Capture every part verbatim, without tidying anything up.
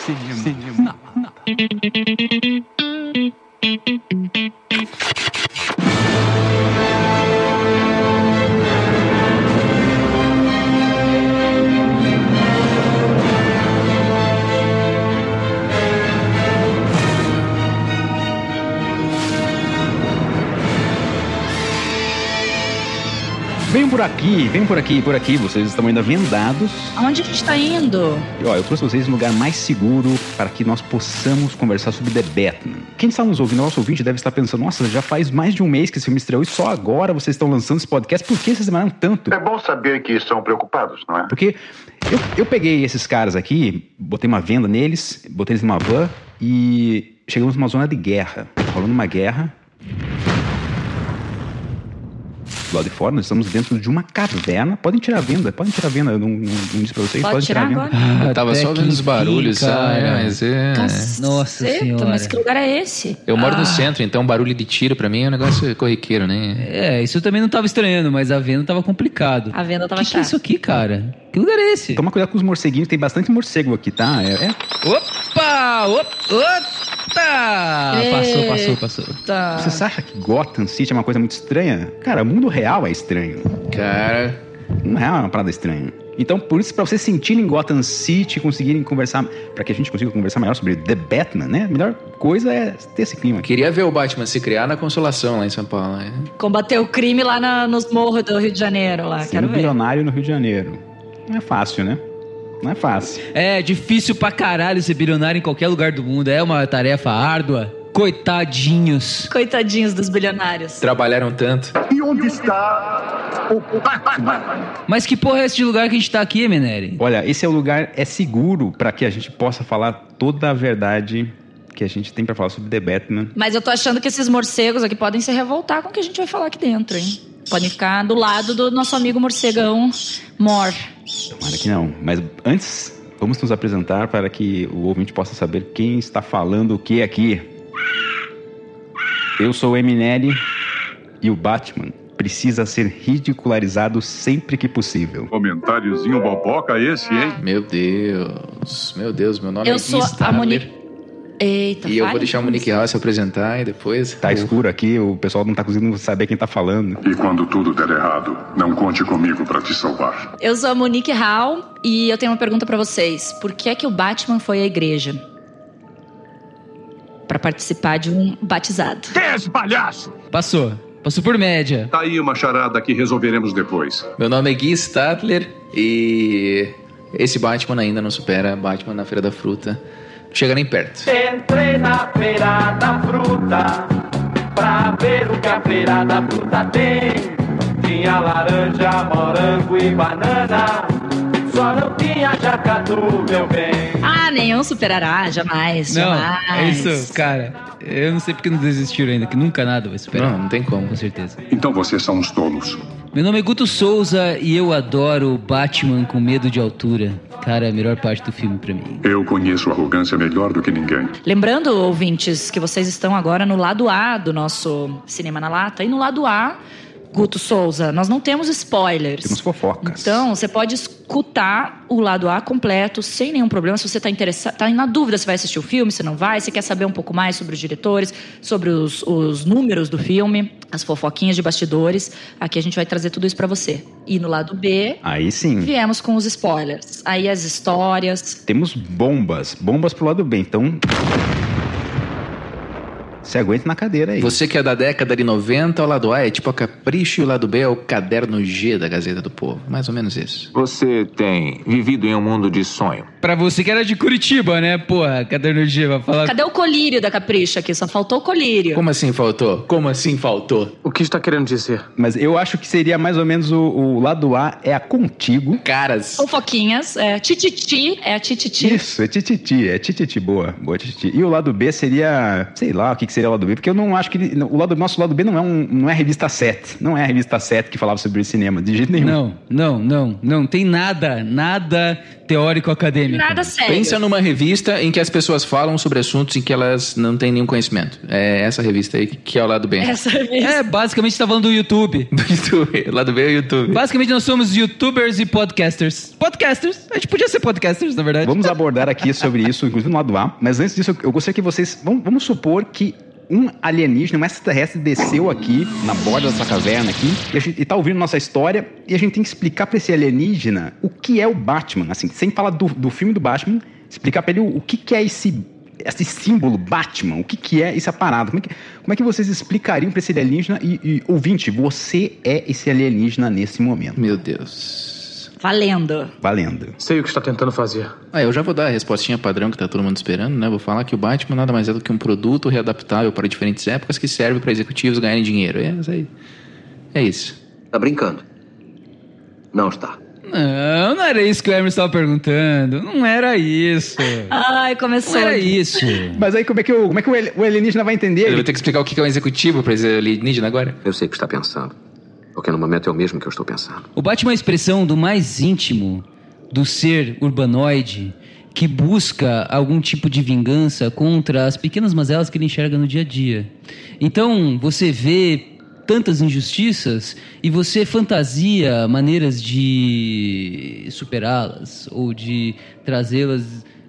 Cinema. Cinema. Não. Vem por aqui, vem por aqui, por aqui. Vocês estão ainda vendados. Aonde a gente tá indo? E, ó, eu trouxe vocês um lugar mais seguro para que nós possamos conversar sobre The Batman. Quem está nos ouvindo, nosso ouvinte, deve estar pensando: nossa, já faz mais de um mês que esse filme estreou e só agora vocês estão lançando esse podcast. Por que vocês demoraram tanto? É bom saber que estão preocupados, não é? Porque eu, eu peguei esses caras aqui, botei uma venda neles, botei eles numa van e chegamos numa zona de guerra. Rolando uma guerra. Do lado de fora, nós estamos dentro de uma caverna. Podem tirar a venda, podem tirar a venda. Eu não, não, não disse pra vocês. Pode podem tirar tirar a venda. agora? Ah, eu tava só ouvindo os barulhos, sabe? Mas é... Nossa senhora. Mas que lugar é esse? Eu moro Ah. no centro, então barulho de tiro pra mim é um negócio corriqueiro, né? É, isso eu também não tava estranhando, mas a venda tava complicado. A venda tava Que que é chata. isso aqui, cara? Que lugar é esse? Toma cuidado com os morceguinhos, tem bastante morcego aqui, tá? É, é. Opa! Opa! Opa! Passou, passou, passou. Tá. Você acha que Gotham City é uma coisa muito estranha? Cara, o mundo real é estranho. Cara, Não é uma parada estranha. Então, por isso, pra vocês sentirem Gotham City, conseguirem conversar, pra que a gente consiga conversar melhor sobre The Batman, né? A melhor coisa é ter esse clima aqui. queria ver o Batman se criar na Consolação lá em São Paulo, né? Combater o crime lá na- nos morros do Rio de Janeiro, lá. Sendo Quero ver. bilionário no Rio de Janeiro. Não é fácil, né? Não é fácil. É difícil pra caralho ser bilionário em qualquer lugar do mundo. É uma tarefa árdua. Coitadinhos. Coitadinhos dos bilionários. Trabalharam tanto. E onde está o Batman? Mas que porra é esse lugar que a gente tá aqui, Meneri? Olha, esse é o lugar, é seguro pra que a gente possa falar toda a verdade que a gente tem pra falar sobre The Batman. Mas eu tô achando que esses morcegos aqui podem se revoltar com o que a gente vai falar aqui dentro, hein? Podem ficar do lado do nosso amigo morcegão Mor. Tomara que não. Mas antes, vamos nos apresentar para que o ouvinte possa saber quem está falando o que aqui. Eu sou o Eminelli e o Batman precisa ser ridicularizado sempre que possível. Comentáriozinho boboca esse, hein? Meu Deus, meu Deus, meu nome Eu é sou Gui a Stadler. Monique. Eita, E eu fale. vou deixar o Monique House se apresentar e depois... Tá escuro aqui, o pessoal não tá conseguindo saber quem tá falando. E quando tudo der errado, não conte comigo pra te salvar. Eu sou a Monique Hall e eu tenho uma pergunta pra vocês. Por que é que o Batman foi à igreja? Pra participar de um batizado. Que é esse palhaço? Passou. Passou por média. Tá aí uma charada que resolveremos depois. Meu nome é Gui Stadler e esse Batman ainda não supera Batman na Feira da Fruta. Não chega nem perto. Entrei na feira da fruta pra ver o que a feira da fruta tem. Tinha laranja, morango e banana, só não tinha jacatu, meu bem. Ah, nenhum superará, jamais, Não, jamais. é isso, cara. Eu não sei porque não desistiram ainda, que nunca nada vai superar. Não, não tem como. Com certeza. Então vocês são uns tolos. Meu nome é Guto Souza e eu adoro Batman com medo de altura. Cara, é a melhor parte do filme pra mim. Eu conheço arrogância melhor do que ninguém. Lembrando, ouvintes, que vocês estão agora no lado A do nosso Cinema na Lata. E no lado A, Guto Souza, nós não temos spoilers. Temos fofocas. Então, você pode escutar o lado A completo, sem nenhum problema. Se você está interessado, tá na dúvida se vai assistir o filme, se não vai, se quer saber um pouco mais sobre os diretores, sobre os, os números do filme, as fofoquinhas de bastidores, aqui a gente vai trazer tudo isso para você. E no lado B, Aí sim, viemos com os spoilers. Aí as histórias. temos bombas. Bombas pro lado B, então... Se aguenta na cadeira aí. Você que é da década de noventa, o lado A é tipo a Capricho e o lado B é o caderno G da Gazeta do Povo. Mais ou menos isso. Você tem vivido em um mundo de sonho. Pra você que era de Curitiba, né? Porra, caderno G, vai falar... Cadê o colírio da Capricha aqui? Só faltou o colírio. Como assim faltou? Como assim faltou? O que está querendo dizer? Mas eu acho que seria mais ou menos o, o lado A é a Contigo. Caras. Fofoquinhas, é tititi, é a tititi. Isso, é tititi, é tititi, boa, boa tititi. E o lado B seria, sei lá, o que, que que seria o lado B, porque eu não acho que ele, o lado, nosso lado B não é, um, não é a revista sete, não é a revista sete que falava sobre cinema, de jeito nenhum. Não, não, não, não tem nada, nada teórico acadêmico. Nada sério. Pensa numa revista em que as pessoas falam sobre assuntos em que elas não têm nenhum conhecimento. É essa revista aí que é o lado B. Essa revista. É, basicamente você tá falando do YouTube. Do YouTube. O lado B é o YouTube. Basicamente nós somos youtubers e podcasters. Podcasters. A gente podia ser podcasters, na verdade. Vamos abordar aqui sobre isso, inclusive no lado A, mas antes disso, eu gostaria que vocês... Vamos, vamos supor que um alienígena, um extraterrestre desceu aqui, na borda dessa caverna aqui, e, a gente, e tá ouvindo nossa história, e a gente tem que explicar pra esse alienígena o que é o Batman, assim, sem falar do, do filme do Batman, explicar pra ele o, o que, que é esse, esse símbolo Batman, o que, que é essa parada, como é que, como é que vocês explicariam pra esse alienígena, e, e ouvinte, você é esse alienígena nesse momento. Meu Deus. Valendo. Valendo. Sei o que está tentando fazer. Ah, eu já vou dar a respostinha padrão que tá todo mundo esperando, né? Vou falar que o Batman nada mais é do que um produto readaptável para diferentes épocas que serve para executivos ganharem dinheiro. É isso aí. É isso. Tá brincando? Não está. Não, não era isso que o Emerson estava perguntando. Não era isso. Ai, começou. Não era isso. Mas aí como é que, eu, como é que o alienígena vai entender? Eu vou ter que explicar o que é um executivo para esse alienígena agora? Eu sei o que está pensando. Porque no momento é o mesmo que eu estou pensando. O Batman é a expressão do mais íntimo do ser urbanoide que busca algum tipo de vingança contra as pequenas mazelas que ele enxerga no dia a dia. Então, você vê tantas injustiças e você fantasia maneiras de superá-las ou de trazê-las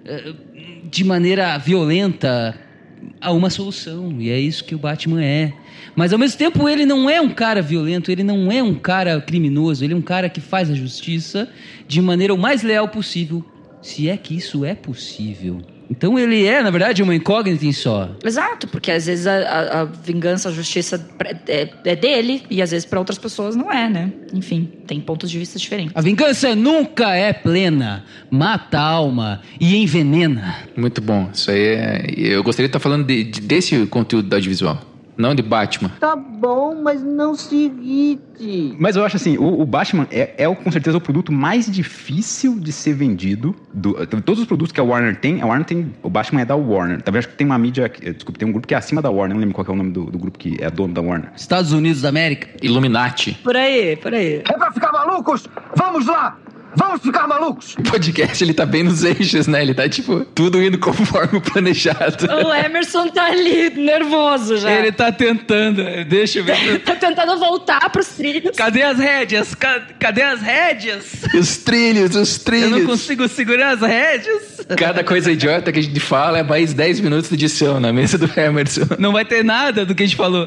de maneira violenta a uma solução. E é isso que o Batman é. Mas ao mesmo tempo ele não é um cara violento, ele não é um cara criminoso, ele é um cara que faz a justiça de maneira o mais leal possível, se é que isso é possível. Então ele é, na verdade, uma incógnita em só. Exato, porque às vezes a, a, a vingança, a justiça é, é dele e às vezes para outras pessoas não é, né? Enfim, tem pontos de vista diferentes. A vingança nunca é plena, mata a alma e envenena. Muito bom, isso aí é... Eu gostaria de estar falando de, de, desse conteúdo da audiovisual. Não de Batman. Tá bom, mas não se irrite. Mas eu acho assim, o, o Batman é, é com certeza o produto mais difícil de ser vendido. Do, todos os produtos que a Warner tem, a Warner tem, o Batman é da Warner. Talvez acho que tem uma mídia, desculpa, tem um grupo que é acima da Warner, não lembro qual que é o nome do, do grupo que é dono da Warner. Estados Unidos da América. Illuminati. Por aí, por aí. É pra ficar malucos? Vamos lá! Vamos ficar malucos! O podcast, ele tá bem nos eixos, né? Ele tá, tipo, tudo indo conforme o planejado. O Emerson tá ali, nervoso já. Ele tá tentando, deixa eu ver. Tá tentando voltar pros trilhos. Cadê as rédeas? Cadê as rédeas? Os trilhos, os trilhos. Eu não consigo segurar as rédeas. Cada coisa idiota que a gente fala é mais dez minutos de edição na mesa do Emerson. Não vai ter nada do que a gente falou.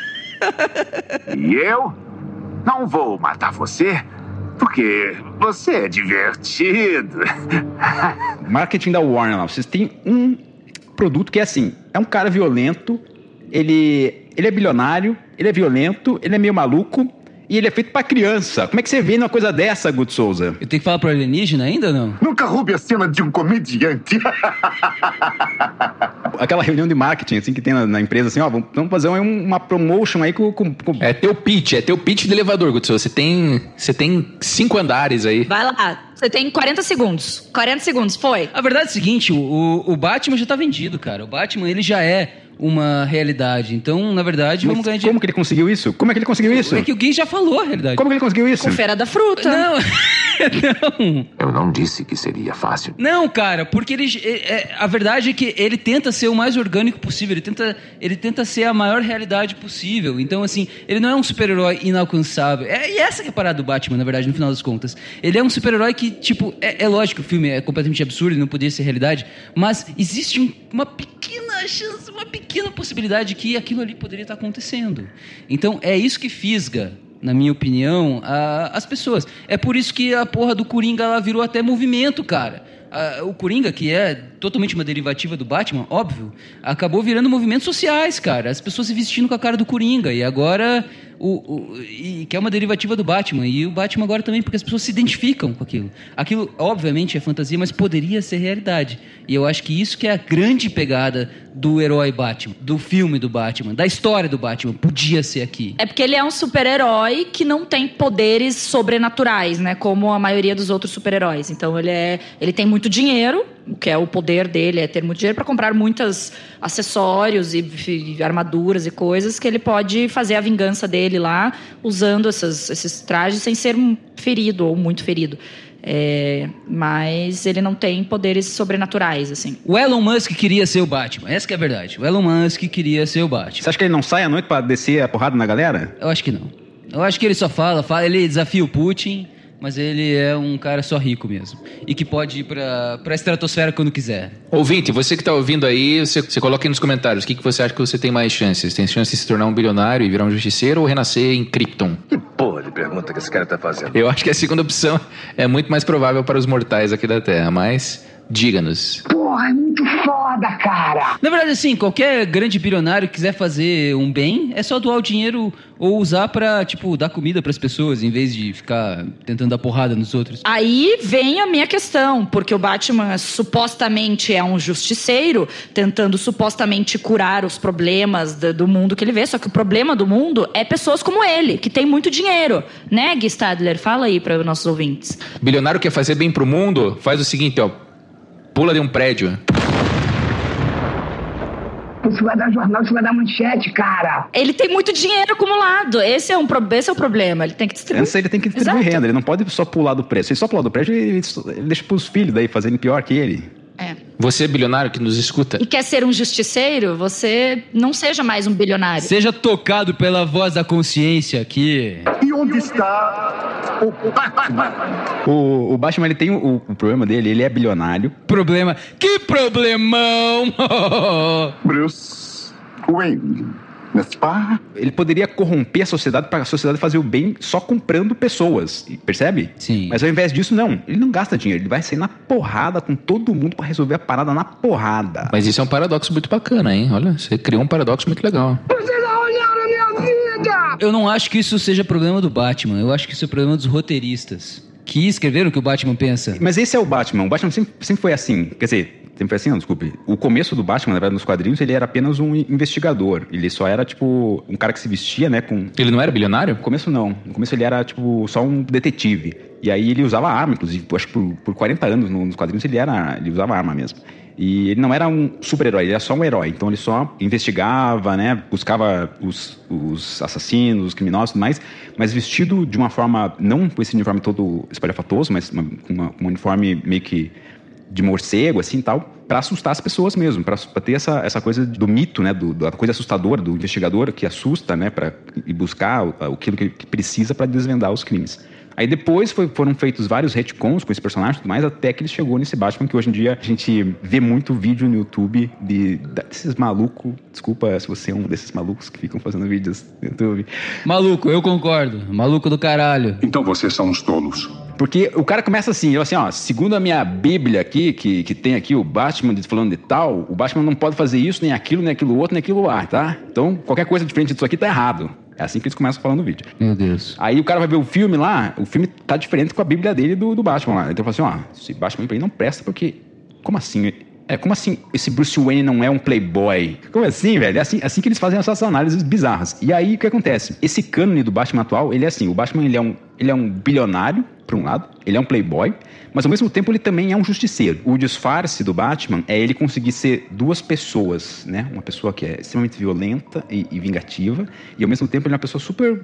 E eu não vou matar você... Porque você é divertido. Marketing da Warner lá. Vocês têm um produto que é assim, é um cara violento, ele, ele é bilionário, ele é violento, ele é meio maluco e ele é feito pra criança. Como é que você vê numa coisa dessa, Guto Souza? Eu tenho que falar pro alienígena ainda ou não? Nunca roube a cena de um comediante. Aquela reunião de marketing assim que tem na, na empresa, assim, ó, vamos, vamos fazer uma promotion aí com, com, com... É teu pitch, é teu pitch do elevador, Guto Souza. Você tem, você tem cinco andares aí. Vai lá, você tem quarenta segundos. quarenta segundos, foi. A verdade é o seguinte, o, o Batman já tá vendido, cara. O Batman, ele já é uma realidade. Então, na verdade, Mas vamos ganhar como dinheiro. que ele conseguiu isso? Como é que ele conseguiu isso? É que o Gui já falou a realidade. Como que ele conseguiu isso? Com Feira da Fruta. Não, não. Eu não disse que seria fácil. Não, cara, porque ele, é, a verdade é que ele tenta ser o mais orgânico possível, ele tenta, ele tenta ser a maior realidade possível. Então, assim, ele não é um super-herói inalcançável. É, e essa que é a parada do Batman, na verdade, no final das contas. Ele é um super-herói que, tipo, é, é lógico que o filme é completamente absurdo e não poderia ser realidade, mas existe um, uma pequena chance, uma pequena possibilidade de que aquilo ali poderia estar acontecendo. Então, é isso que fisga, na minha opinião, a, as pessoas. É por isso que a porra do Coringa ela virou até movimento, cara. A, o Coringa, que é totalmente uma derivativa do Batman, óbvio, acabou virando movimentos sociais, cara. As pessoas se vestindo com a cara do Coringa. E agora... O, o, e, que é uma derivativa do Batman. E o Batman agora também, porque as pessoas se identificam com aquilo. Aquilo, obviamente, é fantasia, mas poderia ser realidade. E eu acho que isso que é a grande pegada do herói Batman, do filme do Batman, da história do Batman. Podia ser aqui. É porque ele é um super-herói que não tem poderes sobrenaturais, né? Como a maioria dos outros super-heróis. Então ele, é, ele tem muito dinheiro, o que é o poder dele, é ter muito dinheiro para comprar muitos acessórios e, e armaduras e coisas que ele pode fazer a vingança dele lá, usando essas, esses trajes sem ser ferido ou muito ferido. É, mas ele não tem poderes sobrenaturais, assim. O Elon Musk queria ser o Batman, essa que é a verdade. O Elon Musk queria ser o Batman. Você acha que ele não sai à noite pra descer a porrada na galera? Eu acho que não. Eu acho que ele só fala, fala ele desafia o Putin, mas ele é um cara só rico mesmo. E que pode ir pra, pra estratosfera quando quiser. Ouvinte, você que tá ouvindo aí, você, você coloca aí nos comentários. O que, que você acha que você tem mais chances? Tem chance de se tornar um bilionário e virar um justiceiro ou renascer em Krypton? Que porra de pergunta que esse cara tá fazendo? Eu acho que a segunda opção é muito mais provável para os mortais aqui da Terra, mas diga-nos. Porra, é muito foda, cara! Na verdade, assim, qualquer grande bilionário que quiser fazer um bem, é só doar o dinheiro ou usar pra, tipo, dar comida pras pessoas, em vez de ficar tentando dar porrada nos outros. Aí vem a minha questão, porque o Batman supostamente é um justiceiro, tentando supostamente curar os problemas do, do mundo que ele vê, só que o problema do mundo é pessoas como ele, que tem muito dinheiro, né, Gui Stadler? Fala aí para os nossos ouvintes. Bilionário quer fazer bem pro mundo? Faz o seguinte, ó, pula de um prédio. Isso vai dar jornal, isso vai dar manchete, cara. Ele tem muito dinheiro acumulado. Esse é, um, esse é o problema. Ele tem que distribuir. Antes ele tem que distribuir Exato. renda. Ele não pode só pular do prédio. Se ele só pular do prédio, ele, ele deixa pros filhos daí fazendo pior que ele. É. Você, bilionário que nos escuta. E quer ser um justiceiro, você não seja mais um bilionário. Seja tocado pela voz da consciência aqui. E onde está o Batman? O, o Batman, ele tem o, o problema dele, ele é bilionário. Problema? Que problemão! Bruce Wayne, n'est-ce pas? Ele poderia corromper a sociedade para a sociedade fazer o bem só comprando pessoas, percebe? Sim. Mas ao invés disso, não. Ele não gasta dinheiro, ele vai sair na porrada com todo mundo para resolver a parada na porrada. Mas isso é um paradoxo muito bacana, hein? Olha, você criou um paradoxo muito legal. Vocês arruinaram a minha vida! Eu não acho que isso seja problema do Batman. Eu acho que isso é problema dos roteiristas, que escreveram o que o Batman pensa. Mas esse é o Batman. O Batman sempre, sempre foi assim. Quer dizer, sempre foi assim, não, desculpe. O começo do Batman, na verdade, nos quadrinhos, ele era apenas um investigador. Ele só era, tipo, um cara que se vestia, né, com... Ele não era bilionário? No começo, não. No começo, ele era, tipo, só um detetive. E aí, ele usava arma, inclusive. Acho que por, por quarenta anos, nos quadrinhos, ele era... Ele usava arma mesmo. E ele não era um super-herói, ele era só um herói. Então ele só investigava, né, buscava os, os assassinos, os criminosos e tudo mais, mas vestido de uma forma, não com esse uniforme todo espalhafatoso, mas uma, com uma, um uniforme meio que de morcego, assim, tal, para assustar as pessoas mesmo, para ter essa, essa coisa do mito, né, do, da coisa assustadora do investigador que assusta, né, para ir buscar aquilo que, que precisa para desvendar os crimes. Aí depois foi, foram feitos vários retcons com esse personagem e tudo mais, até que ele chegou nesse Batman, que hoje em dia a gente vê muito vídeo no YouTube de, desses malucos. Desculpa se você é um desses malucos que ficam fazendo vídeos no YouTube. Maluco, eu concordo. Maluco do caralho. Então vocês são uns tolos. Porque o cara começa assim, eu assim, ó, segundo a minha Bíblia aqui, que, que tem aqui o Batman falando de tal, o Batman não pode fazer isso, nem aquilo, nem aquilo outro, nem aquilo lá, tá? Então, qualquer coisa diferente disso aqui tá errado. É assim que eles começam falando no vídeo. Meu Deus. Aí o cara vai ver o filme lá, o filme tá diferente com a Bíblia dele do, do Batman lá. Então ele fala assim, ó, esse Batman aí não presta porque... Como assim? É, como assim esse Bruce Wayne não é um playboy? Como assim, velho? É assim, assim que eles fazem essas análises bizarras. E aí, o que acontece? Esse cânone do Batman atual, ele é assim, o Batman, ele é um, ele é um bilionário, por um lado, ele é um playboy, mas ao mesmo tempo ele também é um justiceiro. O disfarce do Batman é ele conseguir ser duas pessoas, né? Uma pessoa que é extremamente violenta e, e vingativa, e ao mesmo tempo ele é uma pessoa super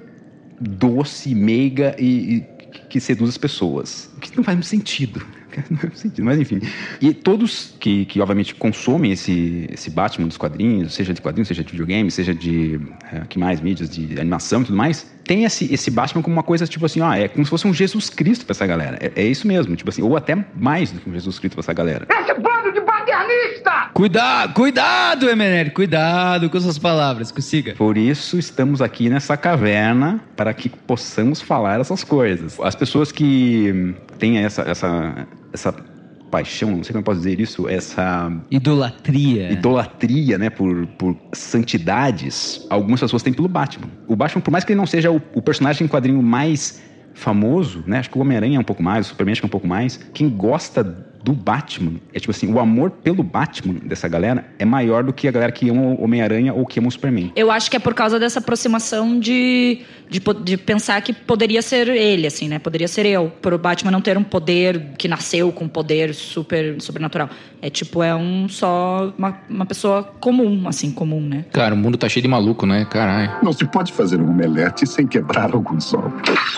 doce, meiga e, e que seduz as pessoas. O que não faz muito sentido. Não faz sentido, mas enfim. E todos que, que obviamente consomem esse, esse Batman dos quadrinhos, seja de quadrinhos, seja de videogame, seja de é, que mais, mídias de animação e tudo mais, tem esse, esse Batman como uma coisa tipo assim, ó, é como se fosse um Jesus Cristo pra essa galera. É, é isso mesmo, tipo assim, ou até mais do que um Jesus Cristo pra essa galera. Esse bando de paternista! Cuidado, cuidado, Emeneri, cuidado com suas palavras, consiga. Por isso estamos aqui nessa caverna, para que possamos falar essas coisas. As pessoas que têm essa, essa, essa paixão, não sei como eu posso dizer isso, essa... Idolatria. Idolatria, né, por, por santidades, algumas pessoas têm pelo Batman. O Batman, por mais que ele não seja o, o personagem em quadrinho mais famoso, né, acho que o Homem-Aranha é um pouco mais, o Superman acho que é um pouco mais, quem gosta do Batman é tipo assim, o amor pelo Batman dessa galera é maior do que a galera que ama o Homem-Aranha ou que ama o Superman. Eu acho que é por causa dessa aproximação de, de, de pensar que poderia ser ele, assim, né? Poderia ser eu. Por o Batman não ter um poder que nasceu com poder super, sobrenatural. É tipo, é um só... Uma, uma pessoa comum, assim, comum, né? Cara, o mundo tá cheio de maluco, né? Caralho. Não se pode fazer um omelete sem quebrar alguns ovos.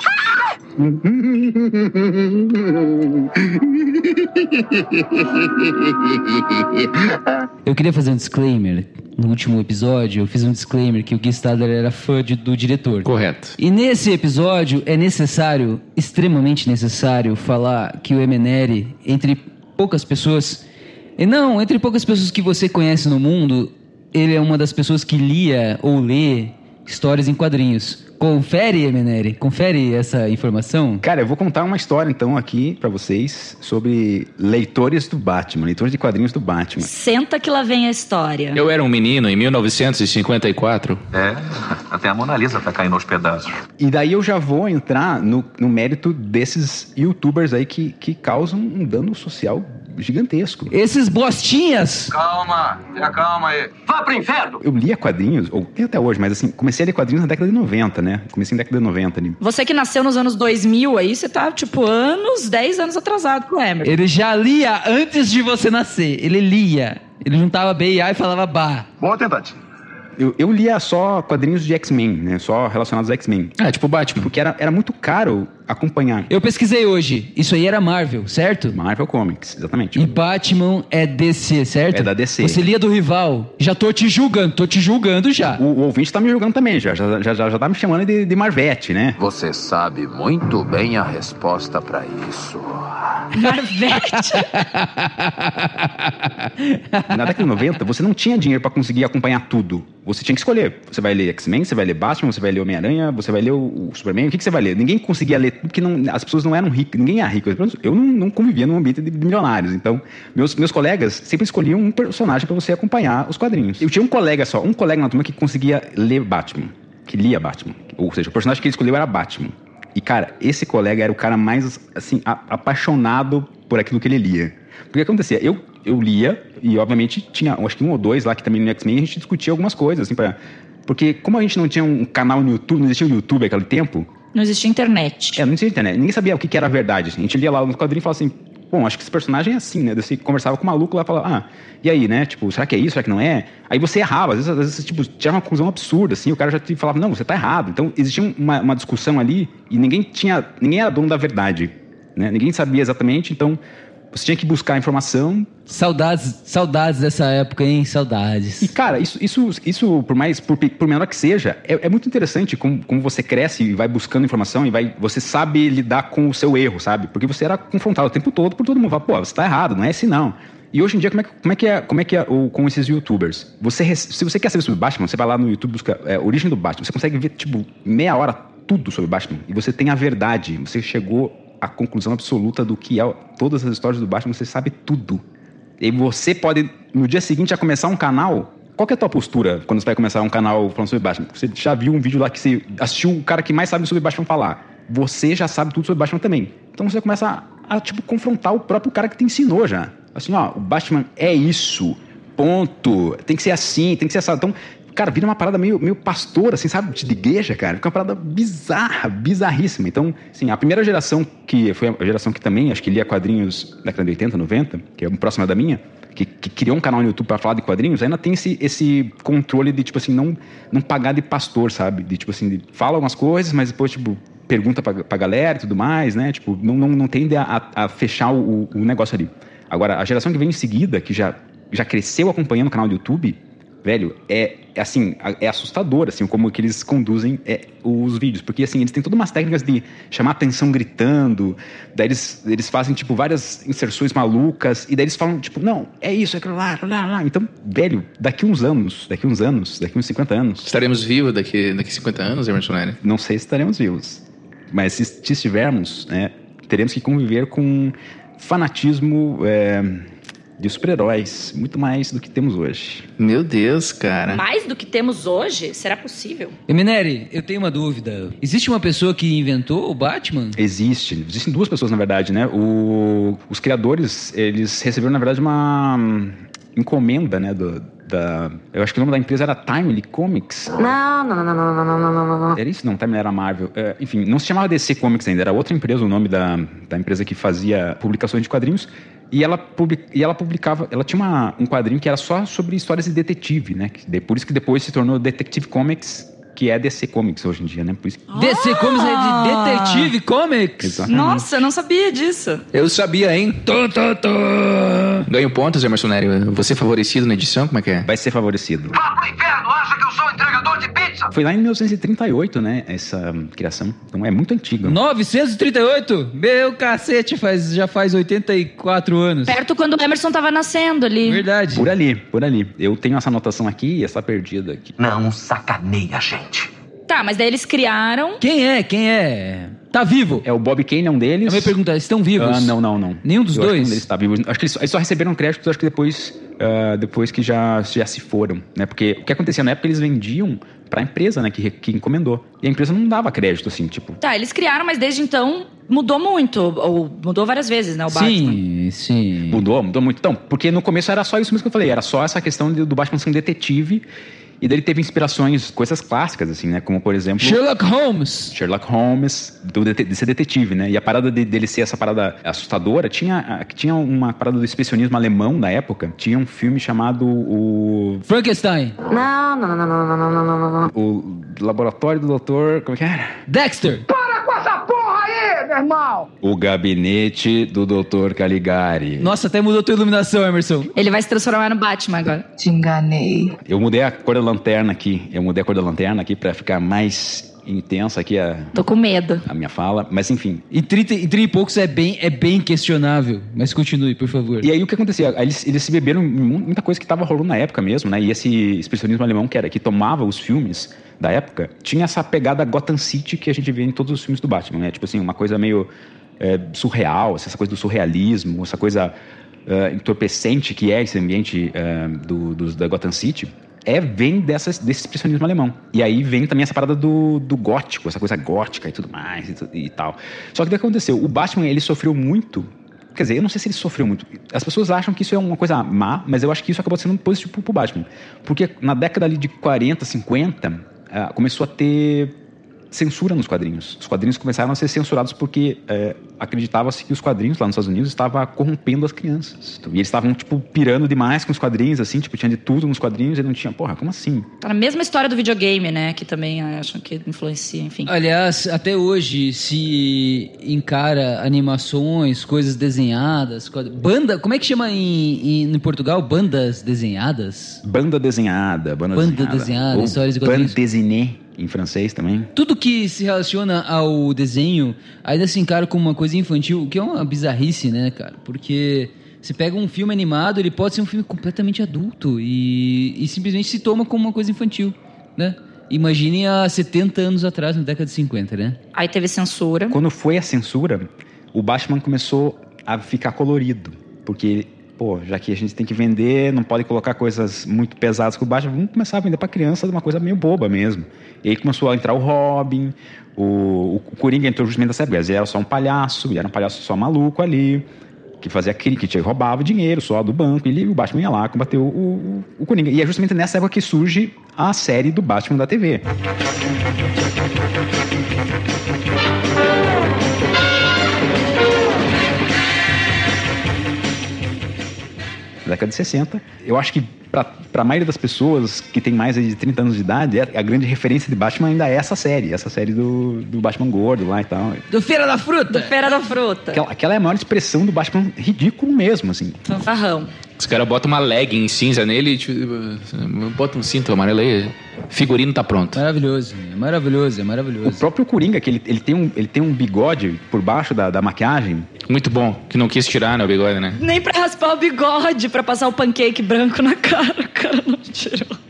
Eu queria fazer um disclaimer. No último episódio, eu fiz um disclaimer que o Guy Stadler era fã de, do diretor. Correto. E nesse episódio é necessário, extremamente necessário, falar que o Emeneri, entre poucas pessoas... E não, entre poucas pessoas que você conhece no mundo, ele é uma das pessoas que lia ou lê histórias em quadrinhos. Confere, Emeneri, confere essa informação. Cara, eu vou contar uma história então aqui pra vocês sobre leitores do Batman, leitores de quadrinhos do Batman. Senta que lá vem a história. Eu era um menino em mil novecentos e cinquenta e quatro. É, até a Mona Lisa tá caindo aos pedaços. E daí eu já vou entrar no, no mérito desses youtubers aí que, que causam um dano social gigantesco. Esses bostinhas! Calma, tenha calma aí. Vá pro inferno! Eu lia quadrinhos, ou tem até hoje, mas assim, comecei a ler quadrinhos na década de noventa, né? Comecei na década de noventa ali. Você que nasceu nos anos dois mil aí, você tá, tipo, anos, dez anos atrasado pro Emerson. Ele já lia antes de você nascer. Ele lia. Ele juntava B e A e falava Bah. Boa tentativa. Eu, eu lia só quadrinhos de X-Men, né? Só relacionados a X-Men. É, tipo Batman. Porque era, era muito caro acompanhar. Eu pesquisei hoje. Isso aí era Marvel, certo? Marvel Comics, exatamente. E Batman é D C, certo? É da D C. Você lia do rival. Já tô te julgando, tô te julgando já. O, o ouvinte tá me julgando também, já. Já, já, já, já tá me chamando de, de Marvete, né? Você sabe muito bem a resposta pra isso. Marvete. Na década de noventa, você não tinha dinheiro pra conseguir acompanhar tudo. Você tinha que escolher. Você vai ler X-Men, você vai ler Batman, você vai ler Homem-Aranha, você vai ler o, o Superman. O que, que você vai ler? Ninguém conseguia ler tudo porque não, as pessoas não eram ricas. Ninguém era rico. Eu não, não convivia num ambiente de, de milionários. Então, meus, meus colegas sempre escolhiam um personagem pra você acompanhar os quadrinhos. Eu tinha um colega só, um colega na turma que conseguia ler Batman. Que lia Batman. Ou seja, o personagem que ele escolheu era Batman. E, cara, esse colega era o cara mais, assim, a, apaixonado por aquilo que ele lia. Porque o que acontecia? Eu, eu lia e, obviamente, tinha, acho que um ou dois lá que também no X-Men a gente discutia algumas coisas, assim, pra... Porque como a gente não tinha um canal no YouTube, não existia o YouTube naquele tempo... Não existia internet. É, não existia internet. Ninguém sabia o que, que era a verdade. A gente lia lá no quadrinho e falava assim... Bom, acho que esse personagem é assim, né? Você conversava com o maluco lá e falava... Ah, e aí, né? Tipo, será que é isso? Será que não é? Aí você errava. Às vezes, às vezes tipo, tinha uma conclusão absurda, assim. O cara já te falava... Não, você tá errado. Então, existia uma, uma discussão ali e ninguém tinha... Ninguém era dono da verdade, né? Ninguém sabia exatamente, então... Você tinha que buscar informação. Saudades, saudades dessa época, hein? Saudades. E, cara, isso, isso, isso por mais, por, por menor que seja, é, é muito interessante como, como você cresce e vai buscando informação e vai, você sabe lidar com o seu erro, sabe? Porque você era confrontado o tempo todo por todo mundo. Fala, pô, você tá errado, não é assim não. E hoje em dia, como é que, como é, que é, como é, que é o, com esses youtubers? Você, se você quer saber sobre o Batman, você vai lá no YouTube, busca é, origem do Batman. Você consegue ver, tipo, meia hora tudo sobre o Batman. E você tem a verdade. Você chegou à conclusão absoluta do que é todas as histórias do Batman. Você sabe tudo. E você pode, no dia seguinte, já começar um canal. Qual que é a tua postura quando você vai começar um canal falando sobre Batman? Você já viu um vídeo lá que você assistiu o cara que mais sabe sobre Batman falar. Você já sabe tudo sobre Batman também. Então você começa a, a tipo, confrontar o próprio cara que te ensinou já. Assim, ó, o Batman é isso. Ponto. Tem que ser assim, tem que ser assim. Então, cara, vira uma parada meio, meio pastor, assim, sabe? De igreja, cara. Fica uma parada bizarra, bizarríssima. Então, assim, a primeira geração, que foi a geração que também, acho que lia quadrinhos da década de oitenta, noventa, que é próxima da minha, que, que criou um canal no YouTube pra falar de quadrinhos, ainda tem esse, esse controle de, tipo assim, não, não pagar de pastor, sabe? De, tipo assim, de, fala algumas coisas, mas depois, tipo, pergunta pra, pra galera e tudo mais, né? Tipo, não, não, não tende a, a fechar o, o negócio ali. Agora, a geração que vem em seguida, que já, já cresceu acompanhando o canal do YouTube, velho, é, é assim, é assustador, assim, como que eles conduzem é, os vídeos, porque, assim, eles têm todas umas técnicas de chamar atenção gritando, daí eles, eles fazem, tipo, várias inserções malucas, e daí eles falam, tipo, não, é isso, é aquilo lá, lá, lá, então, velho, daqui uns anos, daqui uns anos, daqui uns cinquenta anos... Estaremos vivos daqui, daqui cinquenta anos, Emerson Nery? Não sei se estaremos vivos, mas se, se estivermos, né, teremos que conviver com fanatismo... É, de super-heróis, muito mais do que temos hoje. Meu Deus, cara. Mais do que temos hoje? Será possível? Emineri, eu tenho uma dúvida. Existe uma pessoa que inventou o Batman? Existe. Existem duas pessoas, na verdade, né? O, os criadores, eles receberam, na verdade, uma hum, encomenda, né? Do, da, eu acho que o nome da empresa era Timely Comics. Não, não, não, não, não, não, não, não. Era isso? Não, Timely era Marvel. É, enfim, não se chamava D C Comics ainda, era outra empresa, o nome da, da empresa que fazia publicações de quadrinhos. E ela, public, e ela publicava, ela tinha uma, um quadrinho que era só sobre histórias de detetive, né? Por isso que depois se tornou Detective Comics, que é D C Comics hoje em dia, né? Por isso que... D C Comics é de Detective Comics? Exatamente. Nossa, eu não sabia disso. Eu sabia, hein? Tô, tô, tô. Ganho pontos, Emerson Nery. Você é favorecido na edição? Como é que é? Vai ser favorecido. Vá pro inferno, acha que eu sou entregador de pizza? Foi lá em mil novecentos e trinta e oito, né? Essa um, criação. Então é muito antiga. novecentos e trinta e oito? Meu cacete, faz, já faz oitenta e quatro anos. Perto quando o Emerson tava nascendo ali. Verdade. Por ali, por ali. Eu tenho essa anotação aqui e essa perdida aqui. Não sacaneia, gente. Tá, mas daí eles criaram... Quem é? Quem é? Tá vivo? É o Bob Kane, é um deles. Eu me pergunto, eles estão vivos? Ah, não, não, não. Nenhum dos eu dois? Acho que um deles tá vivo. Acho que eles, eles só receberam créditos, acho que depois, uh, depois que já, já se foram, né? Porque o que acontecia na época, eles vendiam pra empresa, né? Que, que encomendou. E a empresa não dava crédito, assim, tipo... Tá, eles criaram, mas desde então mudou muito. Ou mudou várias vezes, né? O Batman. Sim, sim. Mudou, mudou muito. Então, porque no começo era só isso mesmo que eu falei. Era só essa questão do Batman ser um detetive. E daí ele teve inspirações, coisas clássicas, assim, né? Como, por exemplo... Sherlock Holmes. Sherlock Holmes, do, de, de ser detetive, né? E a parada de, dele ser essa parada assustadora, tinha, tinha uma parada do expressionismo alemão na época. Tinha um filme chamado o... Frankenstein. Não, não, não, não, não, não, não, não, não. O Laboratório do Doutor... Como é que era? Dexter. Para com essa porra aí, meu irmão! O Gabinete do doutor Caligari. Nossa, até mudou tua iluminação, Emerson. Ele vai se transformar no Batman agora. Te enganei. Eu mudei a cor da lanterna aqui. Eu mudei a cor da lanterna aqui pra ficar mais intensa aqui a... Tô com medo. A minha fala, mas enfim. E trinta e poucos é bem, é bem questionável. Mas continue, por favor. E aí o que acontecia? Eles, eles se beberam muita coisa que tava rolando na época mesmo, né? E esse expressionismo alemão que era, que tomava os filmes da época, tinha essa pegada Gotham City que a gente vê em todos os filmes do Batman, né? Tipo assim, uma coisa meio é, surreal, essa coisa do surrealismo, essa coisa uh, entorpecente que é esse ambiente uh, do, do, da Gotham City. É, vem dessas, desse expressionismo alemão. E aí vem também essa parada do, do gótico, essa coisa gótica e tudo mais e, e tal. Só que o que aconteceu? O Batman, ele sofreu muito. Quer dizer, eu não sei se ele sofreu muito. As pessoas acham que isso é uma coisa má, mas eu acho que isso acabou sendo positivo pro Batman. Porque na década ali de quarenta, cinquenta, uh, começou a ter censura nos quadrinhos. Os quadrinhos começaram a ser censurados porque é, acreditava-se que os quadrinhos lá nos Estados Unidos estavam corrompendo as crianças. E eles estavam, tipo, pirando demais com os quadrinhos, assim, tipo, tinha de tudo nos quadrinhos e não tinha, porra, como assim? Tá na mesma história do videogame, né? Que também acham que influencia, enfim. Aliás, até hoje se encara animações, coisas desenhadas, banda, como é que chama em, em, em Portugal? Bandas desenhadas? Banda desenhada, banda, banda desenhada. desenhada, histórias de quadrinhos. Bande dessinée. Em francês também. Tudo que se relaciona ao desenho ainda se encara como uma coisa infantil, o que é uma bizarrice, né, cara? Porque você pega um filme animado, ele pode ser um filme completamente adulto e, e simplesmente se toma como uma coisa infantil, né? Imagine há setenta anos atrás, na década de cinquenta, né? Aí teve censura. Quando foi a censura, o Batman começou a ficar colorido, porque... Pô, já que a gente tem que vender, não pode colocar coisas muito pesadas com o Batman, vamos começar a vender pra criança uma coisa meio boba mesmo. E aí começou a entrar o Robin, o, o Coringa entrou justamente nessa época, ele era só um palhaço, e era um palhaço só maluco ali, que fazia crime, que roubava dinheiro só do banco, e ele, o Batman ia lá combater o, o, o Coringa. E é justamente nessa época que surge a série do Batman da T V. Década de sessenta. Eu acho que para a maioria das pessoas que tem mais de trinta anos de idade, a grande referência de Batman ainda é essa série. Essa série do, do Batman gordo lá e tal. Do Feira da Fruta! Do Feira da Fruta. Aquela, aquela é a maior expressão do Batman ridículo mesmo, assim. Fanfarrão. Os caras botam uma legging cinza nele e tipo, botam um cinto amarelo aí, figurino tá pronto. Maravilhoso, é maravilhoso, é maravilhoso. O próprio Coringa, que ele, ele, tem, um, ele tem um bigode por baixo da, da maquiagem. Muito bom, que não quis tirar, né, o bigode, né? Nem pra raspar o bigode, pra passar o pancake branco na cara, o cara não tirou.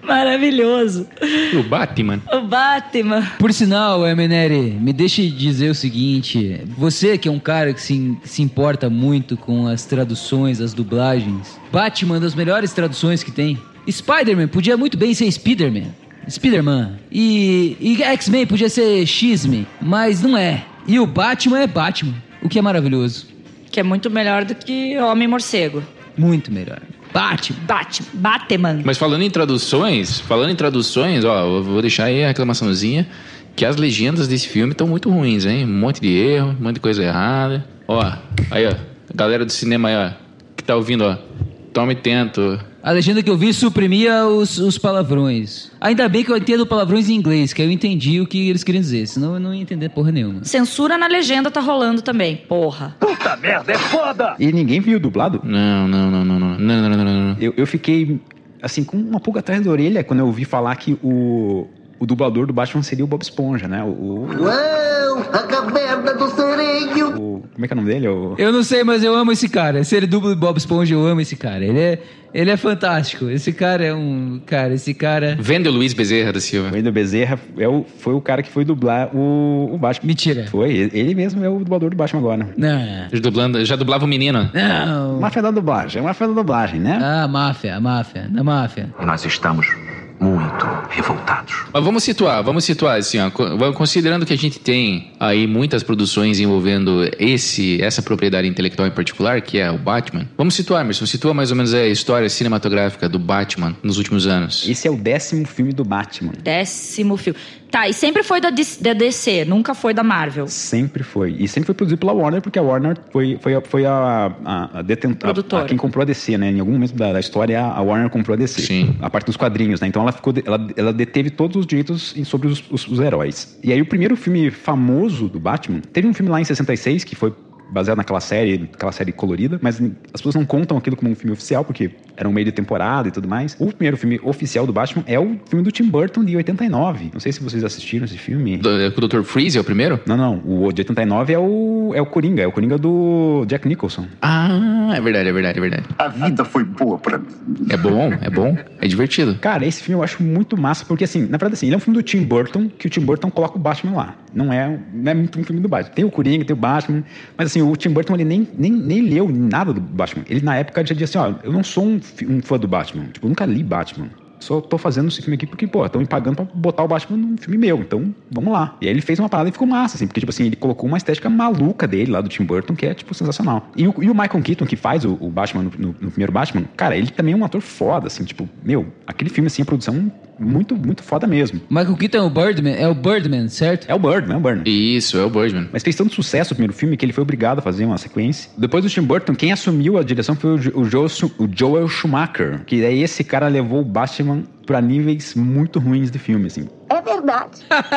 Maravilhoso. O Batman. O Batman. Por sinal, Emeneri, me deixe dizer o seguinte. Você que é um cara que se, se importa muito com as traduções, as dublagens. Batman é uma das melhores traduções que tem. Spider-Man podia muito bem ser Spider-Man. Spider-Man. E, e X-Men podia ser X-Men. Mas não é. E o Batman é Batman. O que é maravilhoso. Que é muito melhor do que Homem-Morcego. Muito melhor. Batman. Batman. Batman. Mas falando em traduções, falando em traduções, ó, eu vou deixar aí a reclamaçãozinha que as legendas desse filme estão muito ruins, hein? Um monte de erro, um monte de coisa errada. Ó, aí, ó, a galera do cinema aí, ó, que tá ouvindo, ó, tome tento. A legenda que eu vi suprimia os, os palavrões. Ainda bem que eu entendo palavrões em inglês, que eu entendi o que eles queriam dizer, senão eu não ia entender porra nenhuma. Censura na legenda tá rolando também, porra. Puta merda, é foda! E ninguém viu dublado? Não, não, não, não, não, não, não, não, não. Eu, eu fiquei, assim, com uma pulga atrás da orelha quando eu ouvi falar que o, o dublador do Batman seria o Bob Esponja, né? O, o... Uau, a caverna do sereio! O, como é que é o nome dele? O... Eu não sei, mas eu amo esse cara. Se ele dubla o Bob Esponja, eu amo esse cara. Ele é... Ele é fantástico. Esse cara é um... Cara, esse cara... Wendel Luiz Bezerra da Silva. Wendel Bezerra é o, foi o cara que foi dublar o, o Batman. Mentira. Foi. Ele mesmo é o dublador do Batman agora. Não. Já, dublando, já dublava o menino. Não. Máfia da dublagem. É máfia da dublagem, né? Ah, máfia. A máfia. Da máfia. E nós estamos muito revoltados. Mas vamos situar, vamos situar assim, ó, considerando que a gente tem aí muitas produções envolvendo esse, essa propriedade intelectual em particular, que é o Batman. Vamos situar, Emerson, situa mais ou menos a história cinematográfica do Batman nos últimos anos. Esse é o décimo filme do Batman. Décimo filme. Tá, e sempre foi da D C, nunca foi da Marvel. Sempre foi. E sempre foi produzido pela Warner, porque a Warner foi, foi, foi a, a, a detentora. A, a quem comprou a D C, né? Em algum momento da, da história, a Warner comprou a D C. Sim. A parte dos quadrinhos, né? Então ela, ficou, ela, ela deteve todos os direitos sobre os, os, os heróis. E aí o primeiro filme famoso do Batman, teve um filme lá em sessenta e seis, que foi baseado naquela série, aquela série colorida, mas as pessoas não contam aquilo como um filme oficial, porque era um meio de temporada e tudo mais. O primeiro filme oficial do Batman é o filme do Tim Burton, de oitenta e nove. Não sei se vocês assistiram esse filme. Do, o doutor Freeze é o primeiro? Não, não. O de oitenta e nove é o, é o Coringa. É o Coringa do Jack Nicholson. Ah, é verdade, é verdade, é verdade. A vida foi boa pra mim. É bom, é bom. É divertido. Cara, esse filme eu acho muito massa, porque assim, na verdade assim, ele é um filme do Tim Burton, que o Tim Burton coloca o Batman lá. Não é, não é muito um filme do Batman. Tem o Coringa, tem o Batman, mas assim, o Tim Burton, ele nem, nem, nem leu nada do Batman. Ele, na época, já dizia assim, ó, eu não sou um, um fã do Batman. Tipo, eu nunca li Batman. Só tô fazendo esse filme aqui porque, pô, estão me pagando pra botar o Batman num filme meu. Então, vamos lá. E aí ele fez uma parada e ficou massa, assim. Porque, tipo assim, ele colocou uma estética maluca dele lá do Tim Burton, que é, tipo, sensacional. E o, e o Michael Keaton, que faz o, o Batman no, no, no primeiro Batman, cara, ele também é um ator foda, assim. Tipo, meu, aquele filme, assim, a produção muito, muito foda mesmo. Michael Keaton é o Birdman, é o Birdman, certo? É o Birdman, é o Birdman. Isso, é o Birdman. Mas fez tanto sucesso o primeiro filme que ele foi obrigado a fazer uma sequência. Depois do Tim Burton, quem assumiu a direção foi o, o, Joel, o Joel Schumacher, que daí esse cara levou o Batman pra níveis muito ruins de filme, assim. É verdade.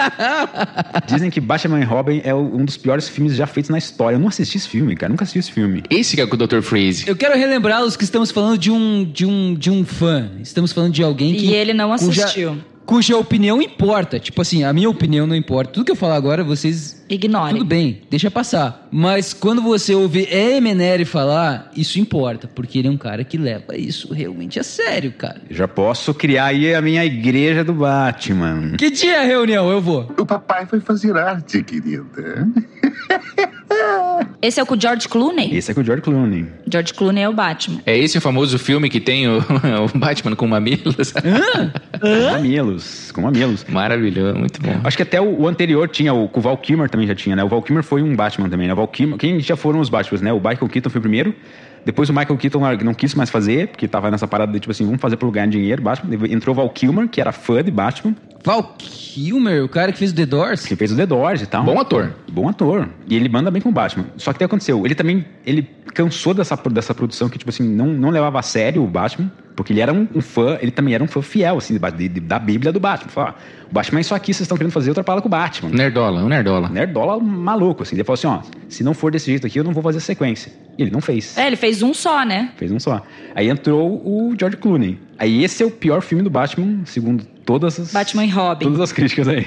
Dizem que Batman e Robin é um dos piores filmes já feitos na história. Eu não assisti esse filme, cara. Nunca assisti esse filme. Esse que é com o doutor Freeze. Eu quero relembrá-los que estamos falando de um, de um, de um fã. Estamos falando de alguém que... E ele não assistiu. Cuja, cuja opinião importa. Tipo assim, a minha opinião não importa. Tudo que eu falar agora, vocês... ignorem. Tudo bem, deixa passar. Mas quando você ouve Emeneri falar, isso importa. Porque ele é um cara que leva isso realmente a sério, cara. Eu já posso criar aí a minha igreja do Batman. Que dia é a reunião? Eu vou. O papai vai fazer arte, querida. Esse é o com o George Clooney? Esse é com o George Clooney. George Clooney é o Batman. É esse o famoso filme que tem o, o Batman com mamilos? Hã? Com mamilos, com mamilos. Maravilhoso, muito bom. Acho que até o, o anterior tinha, o, o Val Kilmer também já tinha, né? O Val Kilmer foi um Batman também, né? O Val Kilmer, quem já foram os Batmans, né? O Michael Keaton foi o primeiro. Depois o Michael Keaton não quis mais fazer, porque tava nessa parada de tipo assim, vamos fazer por ganhar dinheiro, Batman. Entrou o Val Kilmer, que era fã de Batman. Val Kilmer, o cara que fez o The Doors? Que fez o The Doors e tal. Bom ator. Bom ator. E ele manda bem com o Batman. Só que o que aconteceu? Ele também, ele cansou dessa, dessa produção que, tipo assim, não, não levava a sério o Batman, porque ele era um, um fã, ele também era um fã fiel, assim, de, de, da Bíblia do Batman. Falou, ó, o Batman é isso aqui, vocês estão querendo fazer outra parada com o Batman. Nerdola, um nerdola. Nerdola maluco, assim. Ele falou assim, ó, se não for desse jeito aqui, eu não vou fazer sequência. E ele não fez. É, ele fez um só, né? Fez um só. Aí entrou o George Clooney. Aí esse é o pior filme do Batman, segundo todas as... Batman e Robin. Todas as críticas aí.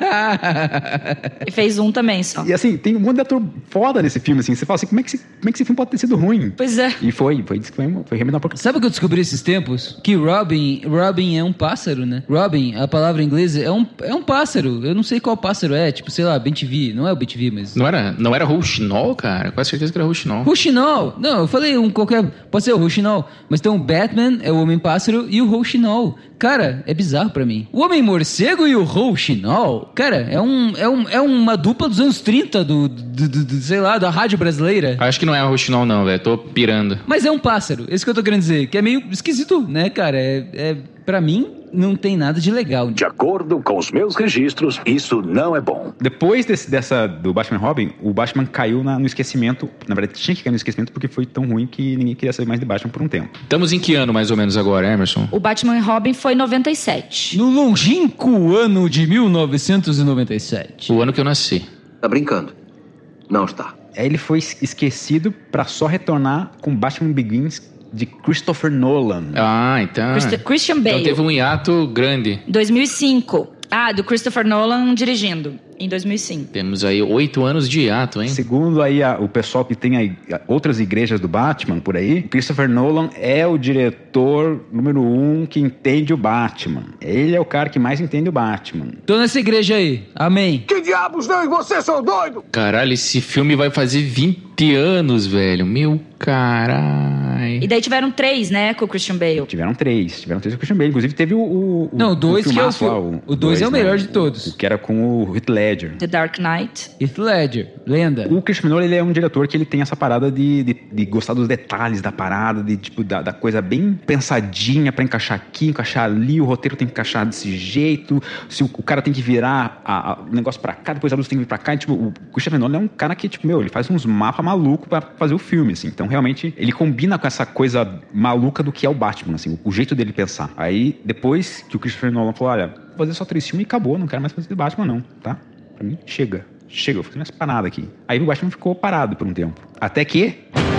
E fez um também só. E assim, tem um monte de ator foda nesse filme, assim. Você fala assim, como é que esse, como é que esse filme pode ter sido ruim? Pois é. E foi, foi, foi, foi realmente uma porcaria. Sabe o que eu descobri esses tempos? Que Robin, Robin é um pássaro, né? Robin, a palavra em inglês, é um, é um pássaro. Eu não sei qual pássaro é, tipo, sei lá, Ben T V. Não é o Ben T V, mas... Não era, não era Rouxinol, cara? Com certeza que era Rouxinol. Rouxinol! Não, eu falei um qualquer... Pode ser o Rouxinol. Mas tem o Batman, é o Homem-Pássaro, e o Rouxinol. Cara, é bizarro pra mim. O Homem-Morcego e o Rouxinol, cara, é, um, é, um, é uma dupla dos anos trinta do, do, do, do, sei lá, da rádio brasileira. Acho que não é o Rouxinol não, velho. Tô pirando. Mas é um pássaro, é isso que eu tô querendo dizer. Que é meio esquisito, né, cara? É, é, pra mim, não tem nada de legal. De acordo com os meus registros, isso não é bom. Depois desse, dessa, do Batman Robin, o Batman caiu na, no esquecimento. Na verdade, tinha que cair no esquecimento porque foi tão ruim que ninguém queria saber mais de Batman por um tempo. Estamos em que ano, mais ou menos, agora, Emerson? O Batman e Robin foi em noventa e sete. No longínquo ano de mil novecentos e noventa e sete. O ano que eu nasci. Tá brincando? Não está. Aí ele foi esquecido pra só retornar com Batman Begins de Christopher Nolan. Ah, então... Christ- Christian Bale. Então teve um hiato grande. dois mil e cinco. Ah, do Christopher Nolan dirigindo, em dois mil e cinco. Temos aí oito anos de hiato, hein? Segundo aí a, o pessoal que tem aí, outras igrejas do Batman por aí, Christopher Nolan é o diretor número um que entende o Batman. Ele é o cara que mais entende o Batman. Tô nessa igreja aí. Amém. Que diabos não? E você, seu doido? Caralho, esse filme vai fazer vinte anos, velho. Meu caralho. E daí tiveram três, né, com o Christian Bale. Tiveram três. Tiveram três com o Christian Bale. Inclusive teve o... o não, o dois que é o lá, o, o dois é o melhor, né, de todos. O que era com o Heath Ledger. The Dark Knight. Heath Ledger, lenda. O Christopher Nolan, ele é um diretor que ele tem essa parada de, de, de gostar dos detalhes da parada, de tipo, da, da coisa bem pensadinha pra encaixar aqui, encaixar ali, o roteiro tem que encaixar desse jeito, se o, o cara tem que virar a, a, o negócio pra cá, depois a luz tem que vir pra cá, e, tipo, o Christopher Nolan é um cara que, tipo, meu, ele faz uns mapas malucos pra fazer o filme, assim, então realmente ele combina com essa coisa maluca do que é o Batman, assim, o, o jeito dele pensar. Aí, depois que o Christopher Nolan falou, olha, vou fazer só três filmes e acabou, não quero mais fazer Batman não, tá? Pra mim, chega. Chega, eu vou fazer mais parada aqui. Aí o Batman ficou parado por um tempo. Até que...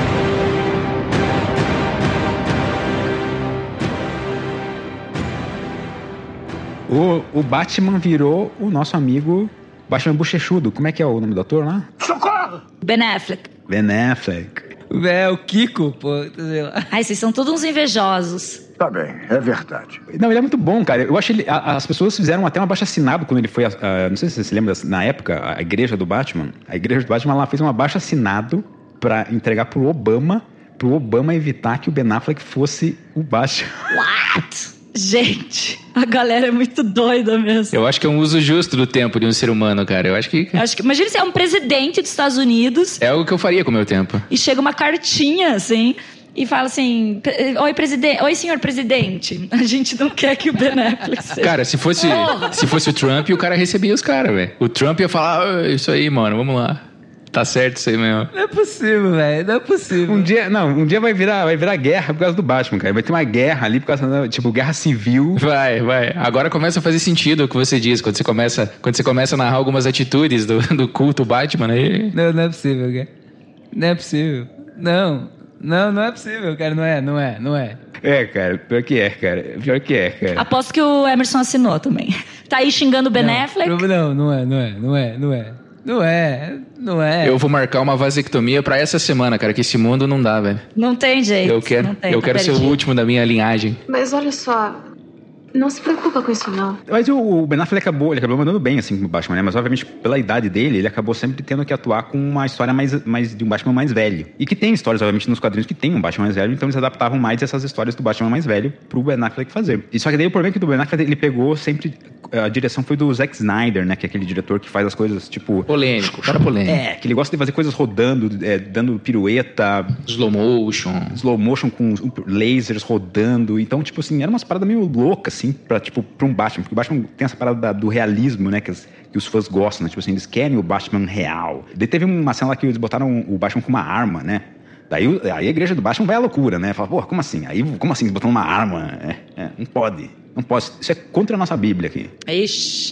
O, o Batman virou o nosso amigo Batman Bochechudo. Como é que é o nome do ator lá? Socorro! Ben Affleck. Ben Affleck. É, o Kiko, pô. Sei lá. Ai, vocês são todos uns invejosos. Tá bem, é verdade. Não, ele é muito bom, cara. Eu acho ele... A, as pessoas fizeram até um abaixo-assinado quando ele foi... A, a, não sei se você se lembra, na época, a igreja do Batman. A igreja do Batman, ela fez um abaixo-assinado pra entregar pro Obama, pro Obama evitar que o Ben Affleck fosse o Batman. What? Gente, a galera é muito doida mesmo. Eu acho que é um uso justo do tempo de um ser humano, cara. Eu acho que... Eu acho que imagina se é um presidente dos Estados Unidos. É algo que eu faria com o meu tempo. E chega uma cartinha, assim... E fala assim, oi, presidente, oi, senhor presidente, a gente não quer que o Ben Affleck seja... Cara, se fosse, se fosse o Trump, o cara recebia os caras, velho. O Trump ia falar, ah, isso aí, mano, vamos lá. Tá certo isso aí mesmo. Não é possível, velho, não é possível. Um dia, não, um dia vai virar, vai virar guerra por causa do Batman, cara. Vai ter uma guerra ali por causa da, tipo, guerra civil. Vai, vai. Agora começa a fazer sentido o que você diz, quando você começa, quando você começa a narrar algumas atitudes do, do culto Batman aí. Não, não é possível, cara. Não é possível. Não... Não, não é possível, cara. Não é, não é, não é. É, cara. Pior que é, cara. Pior que é, cara. Aposto que o Emerson assinou também. Tá aí xingando o Ben não, Affleck? Não, não é, não é, não é, não é. Não é, não é. Eu vou marcar uma vasectomia pra essa semana, cara, que esse mundo não dá, velho. Não tem jeito. Eu quero, não tem, eu tá quero ser o último da minha linhagem. Mas olha só... Não se preocupa com isso, não. Mas o Ben Affleck acabou, ele acabou mandando bem, assim, com o Batman, né? Mas, obviamente, pela idade dele, ele acabou sempre tendo que atuar com uma história mais, mais de um Batman mais velho. E que tem histórias, obviamente, nos quadrinhos que tem um Batman mais velho, então eles adaptavam mais essas histórias do Batman mais velho pro Ben Affleck fazer. E só que daí o problema é que do Ben Affleck, ele pegou sempre... A direção foi do Zack Snyder, né? Que é aquele diretor que faz as coisas, tipo... Polêmico, cara polêmico. É, que ele gosta de fazer coisas rodando, é, dando pirueta... Slow motion. Slow motion com lasers rodando. Então, tipo assim, era umas paradas meio loucas, assim, pra, tipo, pra um Batman. Porque o Batman tem essa parada da, do realismo, né? Que, as, que os fãs gostam, né? Tipo assim, eles querem o Batman real. Daí teve uma cena lá que eles botaram o Batman com uma arma, né? Daí aí a igreja do Batman vai à loucura, né? Fala, pô, como assim? Aí, como assim, botando uma arma? É, é, não pode. Não pode. Isso é contra a nossa Bíblia aqui. Ixi,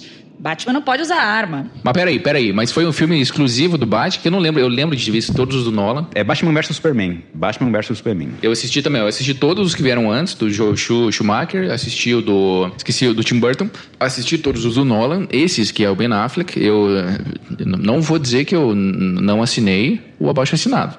Batman não pode usar arma. Mas peraí, peraí. Mas foi um filme exclusivo do Batman, que eu não lembro. Eu lembro de ter visto todos os do Nolan. É Batman versus Superman. Batman versus Superman. Eu assisti também. Eu assisti todos os que vieram antes, do Joe Schumacher. Assisti o do... Esqueci o do Tim Burton. Assisti todos os do Nolan. Esses, que é o Ben Affleck. Eu, eu não vou dizer que eu não assinei o abaixo assinado.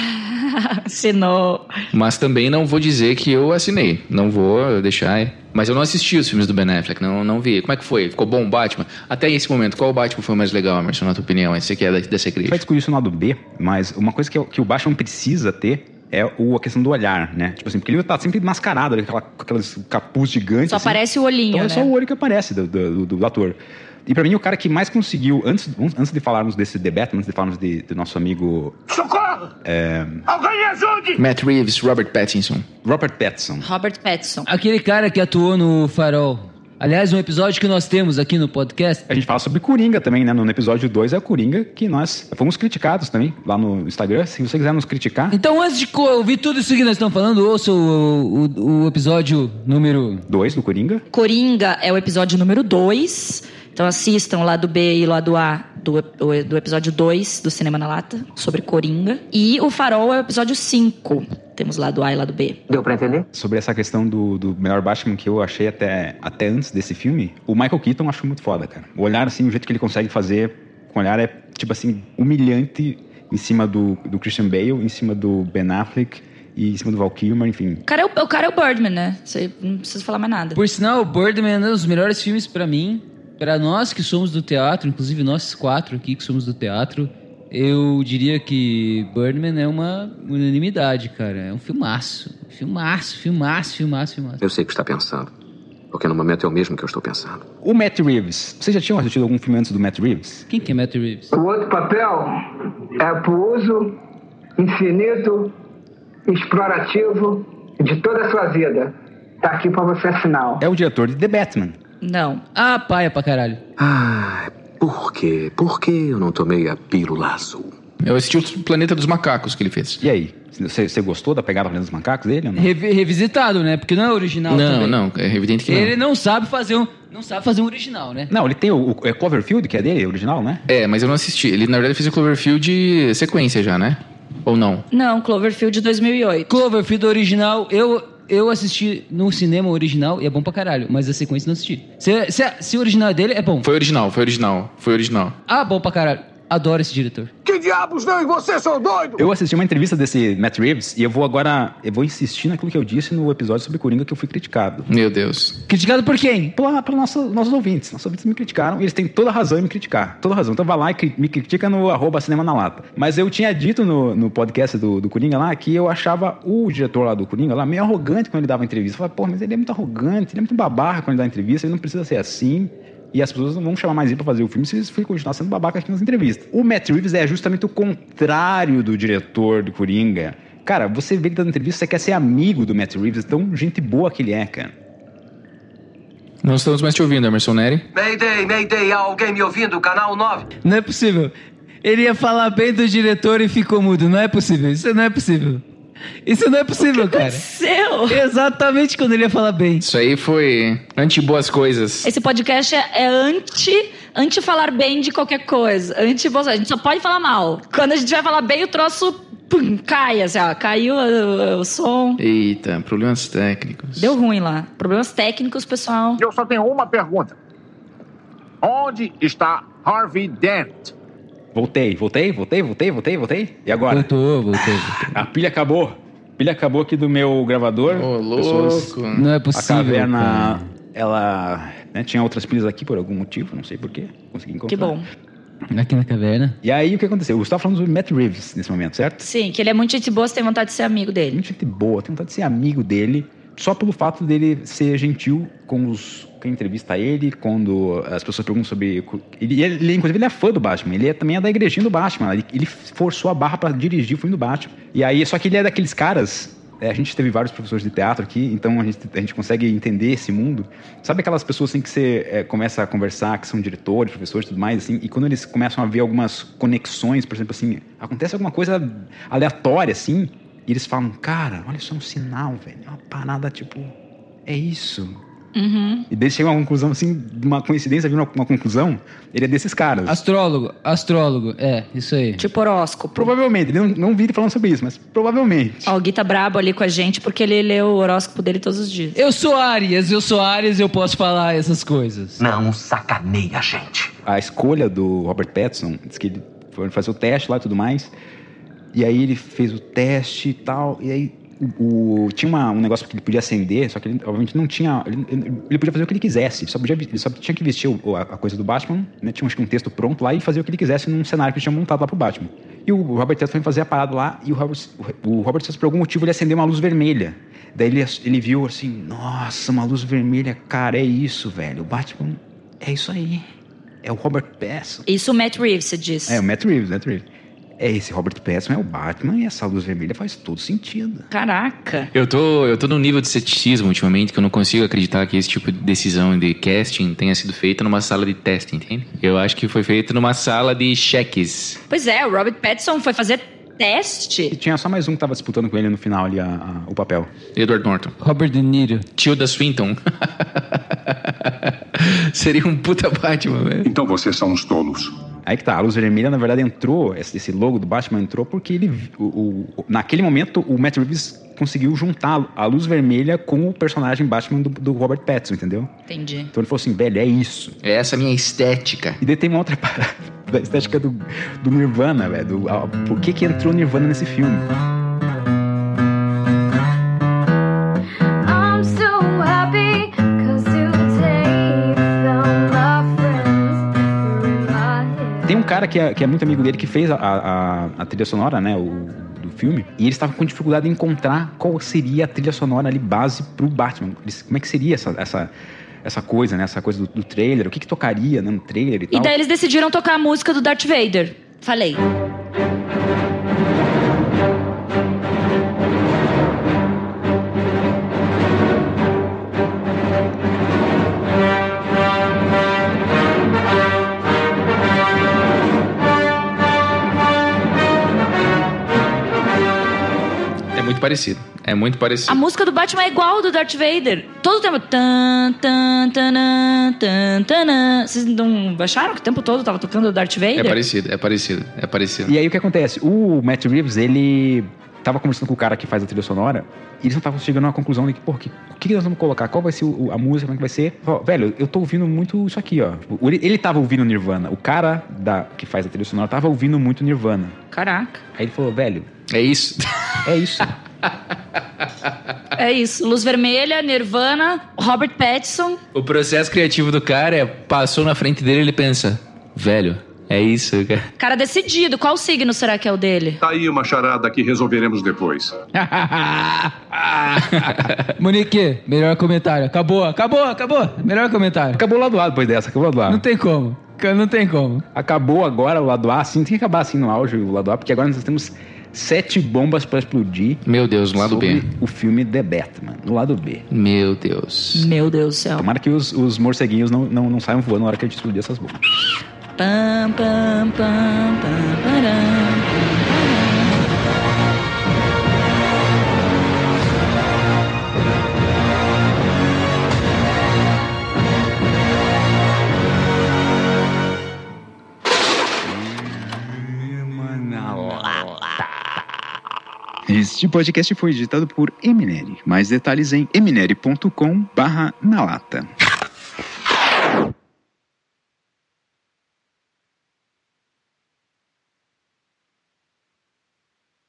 Assinou. Mas também não vou dizer que eu assinei. Não vou deixar... Mas eu não assisti os filmes do Ben Affleck, não, não vi. Como é que foi? Ficou bom o Batman? Até esse momento, qual Batman foi o mais legal, Emerson, na tua opinião? Você que é dessa crítica. Vai discutir isso no lado B, mas uma coisa que, que o Batman precisa ter é o, a questão do olhar, né? Tipo assim, porque ele tá sempre mascarado, com, aquela, com aqueles capuz gigantes. Só assim. Aparece o olhinho, então, né? É só o olho que aparece do, do, do, do ator. E pra mim, o cara que mais conseguiu, antes, antes de falarmos desse The Batman, antes de falarmos de, do nosso amigo... Socorro! É... Alguém me ajude! Matt Reeves, Robert Pattinson. Robert Pattinson. Robert Pattinson. Aquele cara que atuou no Farol. Aliás, um episódio que nós temos aqui no podcast. A gente fala sobre Coringa também, né? No episódio dois é o Coringa, que nós fomos criticados também, lá no Instagram. Se você quiser nos criticar... Então, antes de ouvir tudo isso que nós estamos falando, ouça o, o, o episódio número... dois do Coringa. Coringa é o episódio número dois. Então assistam o lado B e o lado A do, do episódio dois do Cinema na Lata, sobre Coringa. E o Farol é o episódio cinco. Temos lado A e lado B. Deu pra entender? Sobre essa questão do, do melhor Batman que eu achei até, até antes desse filme, o Michael Keaton eu acho muito foda, cara. O olhar, assim, o jeito que ele consegue fazer com o olhar é, tipo assim, humilhante em cima do, do Christian Bale, em cima do Ben Affleck e em cima do Val Kilmer, enfim. O cara é o, o, cara é o Birdman, né? Você não precisa falar mais nada. Por sinal, o Birdman é um dos melhores filmes pra mim. Pra nós que somos do teatro, inclusive nós quatro aqui que somos do teatro, eu diria que Birdman é uma unanimidade, cara. É um filmaço. Filmaço, filmaço, filmaço, filmaço. Eu sei o que está pensando. Porque no momento é o mesmo que eu estou pensando. O Matt Reeves. Vocês já tinham assistido algum filme antes do Matt Reeves? Quem que é Matt Reeves? O outro papel é pro uso infinito, explorativo de toda a sua vida. Tá aqui pra você assinar. É o diretor de The Batman. Não. Ah, paia pra caralho. Ah, por quê? Por que eu não tomei a pílula azul? Eu assisti o Planeta dos Macacos que ele fez. E aí? Você, você gostou da pegada do Planeta dos Macacos dele ou não? Revi, revisitado, né? Porque não é original não, também. Não, não. É evidente que não. Ele não sabe fazer um, não sabe fazer um original, né? Não, ele tem o, o é Cloverfield, que é dele, original, né? É, mas eu não assisti. Ele, na verdade, fez o Cloverfield sequência já, né? Ou não? Não, Cloverfield dois mil e oito. Cloverfield original, eu... Eu assisti no cinema original e é bom pra caralho, mas a sequência não assisti. Se, se, se o original é dele, é bom. Foi original, foi original, foi original. Ah, bom pra caralho. Adoro esse diretor. Que diabos não, e você, são doido? Eu assisti uma entrevista desse Matt Reeves e eu vou agora, eu vou insistir naquilo que eu disse no episódio sobre Coringa que eu fui criticado. Meu Deus. Criticado por quem? Pelos nosso, nossos ouvintes. Nossos ouvintes me criticaram e eles têm toda a razão em me criticar. Toda a razão. Então vai lá e me critica no arroba Cinema na Lata. Mas eu tinha dito no, no podcast do, do Coringa lá que eu achava o diretor lá do Coringa lá meio arrogante quando ele dava entrevista. Eu falei, pô, mas ele é muito arrogante, ele é muito babaca quando ele dá entrevista, ele não precisa ser assim. E as pessoas não vão chamar mais ele pra fazer o filme se eles forem continuar sendo babaca aqui nas entrevistas. O Matt Reeves é justamente o contrário do diretor do Coringa. Cara, você vê ele dando entrevista, você quer ser amigo do Matt Reeves, tão gente boa que ele é, cara. Não estamos mais te ouvindo, Emerson Neri. Mayday, Mayday, há alguém me ouvindo? Canal nove. Não é possível. Ele ia falar bem do diretor e ficou mudo. Não é possível. Isso não é possível. Isso não é possível, cara. Aconteceu? Exatamente quando ele ia falar bem. Isso aí foi anti-boas coisas. Esse podcast é, é anti, anti falar bem de qualquer coisa. Anti A gente só pode falar mal. Quando a gente vai falar bem, o troço pum, cai, assim, ó. Caiu o, o som. Eita, problemas técnicos. Deu ruim lá. Problemas técnicos, pessoal. Eu só tenho uma pergunta. Onde está Harvey Dent? Voltei, voltei, voltei, voltei, voltei, voltei. E agora? Voltou, voltou, voltou. A pilha acabou. A pilha acabou aqui do meu gravador. Ô, louco. Pessoas, não é possível, a caverna, cara. ela né, tinha outras pilhas aqui por algum motivo, não sei porquê. Consegui encontrar. Que bom. Aqui na caverna. E aí, o que aconteceu? Eu estava falando sobre Matt Reeves nesse momento, certo? Sim, que ele é muito gente boa, você tem vontade de ser amigo dele. Muito gente boa, tem vontade de ser amigo dele, só pelo fato dele ser gentil com os... Quem entrevista ele, quando as pessoas perguntam sobre... Ele, ele, inclusive, ele é fã do Batman. Ele é, também é da igrejinha do Batman. Ele, ele forçou a barra pra dirigir o filme do Batman. E aí, só que ele é daqueles caras... É, a gente teve vários professores de teatro aqui, então a gente, a gente consegue entender esse mundo. Sabe aquelas pessoas assim que você é, começa a conversar, que são diretores, professores e tudo mais, assim, e quando eles começam a ver algumas conexões, por exemplo, assim, acontece alguma coisa aleatória, assim, e eles falam, cara, olha só um sinal, velho. É uma parada, tipo, é isso... Uhum. E daí chega a uma conclusão, assim, uma coincidência, vindo uma conclusão, ele é desses caras. Astrólogo, astrólogo, é, isso aí. Tipo horóscopo. Provavelmente, ele não, não vi ele falando sobre isso, mas provavelmente. Ó, o Gui tá brabo ali com a gente porque ele lê o horóscopo dele todos os dias. Eu sou Áries, eu sou Áries, eu posso falar essas coisas. Não sacaneia a gente. A escolha do Robert Pattinson, diz que ele foi fazer o teste lá e tudo mais, e aí ele fez o teste e tal, e aí o, o, tinha uma, um negócio que ele podia acender, só que ele obviamente não tinha, ele, ele podia fazer o que ele quisesse, só podia, ele só tinha que vestir o, a, a coisa do Batman, né, tinha acho que um texto pronto lá e fazer o que ele quisesse num cenário que ele tinha montado lá pro Batman. E o Robert Pattinson foi fazer a parada lá, e o Robert, o Robert Pattinson, por algum motivo, ele acendeu uma luz vermelha. Daí ele, ele viu assim, nossa, uma luz vermelha, cara, é isso, velho, o Batman é isso aí. É o Robert Pattinson. Isso o Matt Reeves, você disse. É, o Matt Reeves, Matt Reeves. É, esse Robert Pattinson é o Batman e essa luz vermelha faz todo sentido. Caraca. Eu tô, eu tô num nível de ceticismo ultimamente que eu não consigo acreditar que esse tipo de decisão de casting tenha sido feita numa sala de teste, entende? Eu acho que foi feito numa sala de cheques. Pois é, o Robert Pattinson foi fazer teste. E tinha só mais um que tava disputando com ele no final ali a, a, o papel. Edward Norton. Robert De Niro. Tilda Swinton. Seria um puta Batman, velho. Então vocês são uns tolos. Aí que tá, a luz vermelha na verdade entrou, esse logo do Batman entrou porque ele, o, o, naquele momento o Matt Reeves conseguiu juntar a luz vermelha com o personagem Batman do, do Robert Pattinson, entendeu? Entendi. Então ele falou assim, velho, é isso. É essa a minha estética. E daí tem uma outra parada da estética do, do Nirvana, velho. Do, a, por que que entrou Nirvana nesse filme? Tem um cara que é, que é muito amigo dele que fez a, a, a trilha sonora, né, o, do filme, e eles estavam com dificuldade em encontrar qual seria a trilha sonora ali base pro Batman. Eles, como é que seria essa, essa, essa coisa, né, essa coisa do, do trailer, o que que tocaria, né, no trailer e tal. E daí eles decidiram tocar a música do Darth Vader. Falei. Parecido, é muito parecido. A música do Batman é igual ao do Darth Vader. Todo o tempo. Tan, tan, tan, tan, tan. Vocês não acharam que o tempo todo tava tocando o Darth Vader? É parecido, é parecido, é parecido. E aí o que acontece? O Matt Reeves, ele tava conversando com o cara que faz a trilha sonora e eles não estavam chegando a uma conclusão de que, pô, que, o que nós vamos colocar? Qual vai ser o, a música? Como é que vai ser? Ó, velho, eu tô ouvindo muito isso aqui, ó. Ele, ele tava ouvindo Nirvana. O cara da, que faz a trilha sonora tava ouvindo muito Nirvana. Caraca. Aí ele falou, velho... É isso. É isso. É isso. Luz vermelha, Nirvana, Robert Pattinson. O processo criativo do cara é, passou na frente dele e ele pensa, velho, é isso, cara. Cara decidido. Qual signo será que é o dele? Tá aí uma charada que resolveremos depois. Monique, melhor comentário. Acabou, acabou, acabou. Melhor comentário. Acabou o lado A depois dessa, acabou o lado A. Não tem como. Não tem como. Acabou agora o lado A, assim, tem que acabar assim no auge o lado A, porque agora nós temos sete bombas pra explodir. Meu Deus, no lado sobre B. O filme The Batman, no lado B. Meu Deus. Meu Deus do céu. Tomara que os, os morceguinhos não, não, não saiam voando na hora que a gente explodir essas bombas. Pam, pam, pam, pam, param. Este podcast foi editado por Eminere. Mais detalhes em eminere ponto com barra na lata.